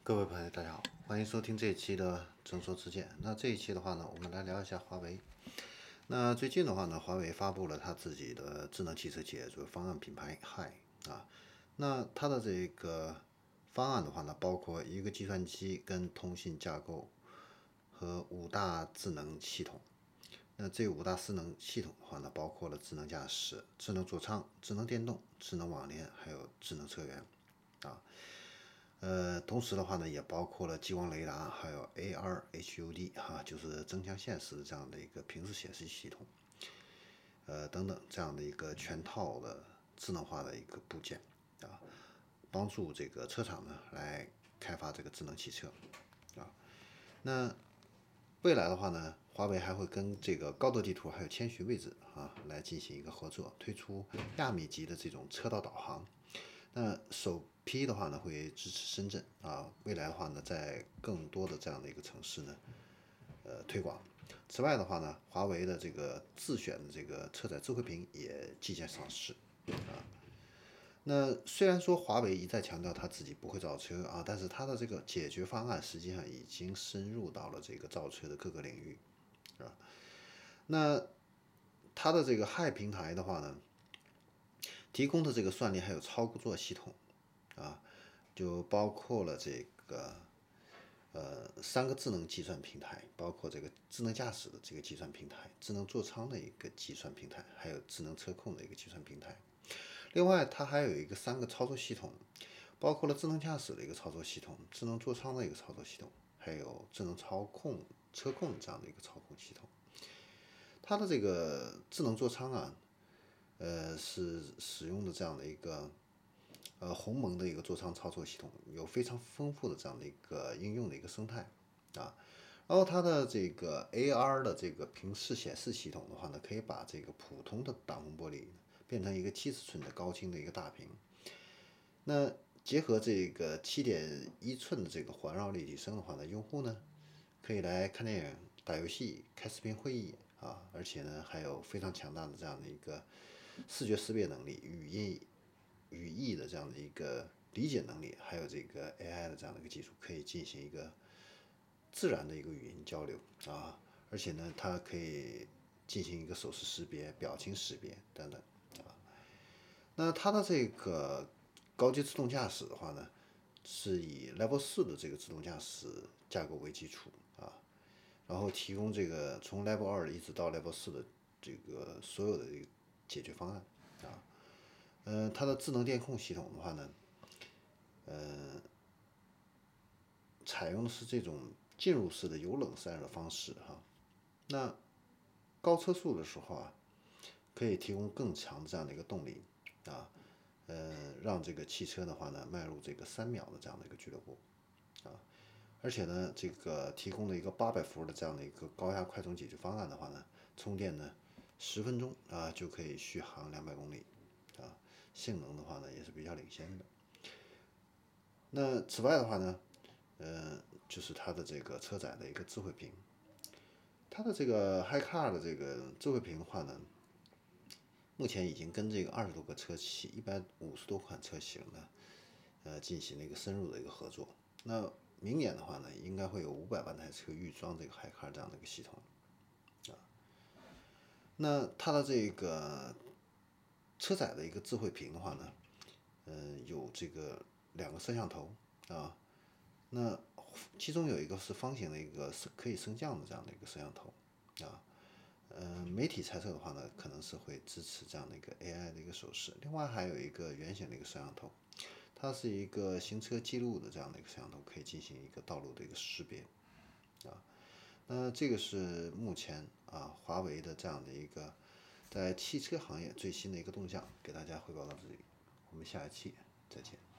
各位朋友，大家好，欢迎收听这一期的正说之见。那这一期的话呢，我们来聊一下华为。那最近的话呢，华为发布了它自己的智能汽车解决方案品牌 Hi 啊。那它的这个方案的话呢，包括一个计算机跟通信架构和五大智能系统。那这五大智能系统的话呢，包括了智能驾驶、智能座舱、智能电动、智能网联，还有智能车源啊。同时的话呢，也包括了激光雷达，还有 AR HUD 就是增强现实这样的一个平时显示系统，等等这样的一个全套的智能化的一个部件啊，帮助这个车厂呢来开发这个智能汽车啊。那未来的话呢，华为还会跟这个高德地图还有千寻位置来进行一个合作，推出亚米级的这种车道导航。那首批的话呢，会支持深圳未来的话呢，在更多的这样的一个城市呢，推广。此外的话呢，华为的这个自选的这个车载智慧屏也即将上市啊。那虽然说华为一再强调它自己不会造车但是它的这个解决方案实际上已经深入到了这个造车的各个领域啊。那它的这个 Hi 平台的话呢，提供的这个算力还有操作系统就包括了这个3个智能计算平台，包括这个智能驾驶的这个计算平台、智能座舱的一个计算平台，还有智能车控的一个计算平台。另外，它还有一个3个操作系统，包括了智能驾驶的一个操作系统、智能座舱的一个操作系统，还有智能操控车控这样的一个操控系统。它的这个智能座舱是使用的这样的一个鸿蒙的一个座舱操作系统，有非常丰富的这样的一个应用的一个生态啊。然后它的这个 AR 的这个平视显示系统的话呢，可以把这个普通的挡风玻璃变成一个70寸的高清的一个大屏。那结合这个7.1寸的这个环绕立体声的话呢，用户呢可以来看电影、打游戏、开视频会议而且呢还有非常强大的这样的一个视觉识别能力、语义的这样的一个理解能力，还有这个 AI 的这样的一个技术，可以进行一个自然的一个语音交流而且呢，它可以进行一个手势识别、表情识别等等那它的这个高级自动驾驶的话呢，是以 Level 4的这个自动驾驶架构为基础然后提供这个从 Level 2一直到 Level 4的这个所有的这个解决方案它的智能电控系统的话呢，采用的是这种进入式的有冷散热方式那高车速的时候可以提供更强的这样的一个动力让这个汽车的话呢迈入这个3秒的这样的一个俱乐部而且呢，这个提供了一个800伏的这样的一个高压快充解决方案的话呢，充电呢10分钟就可以续航200公里性能的话呢也是比较领先的。那此外的话呢，就是它的这个车载的一个智慧屏，它的这个 HiCar 的这个智慧屏的话呢，目前已经跟这个20多个车企、150多款车型呢，进行了一个深入的一个合作。那明年的话呢，应该会有500万台车预装这个 HiCar 这样的一个系统那它的这个车载的一个智慧屏的话呢，有这个2个摄像头那其中有一个是方形的一个可以升降的这样的一个摄像头媒体猜测的话呢，可能是会支持这样的一个 AI 的一个手势。另外还有一个圆形的一个摄像头，它是一个行车记录的这样的一个摄像头，可以进行一个道路的一个识别那这个是目前华为的这样的一个在汽车行业最新的一个动向，给大家汇报到这里，我们下一期再见。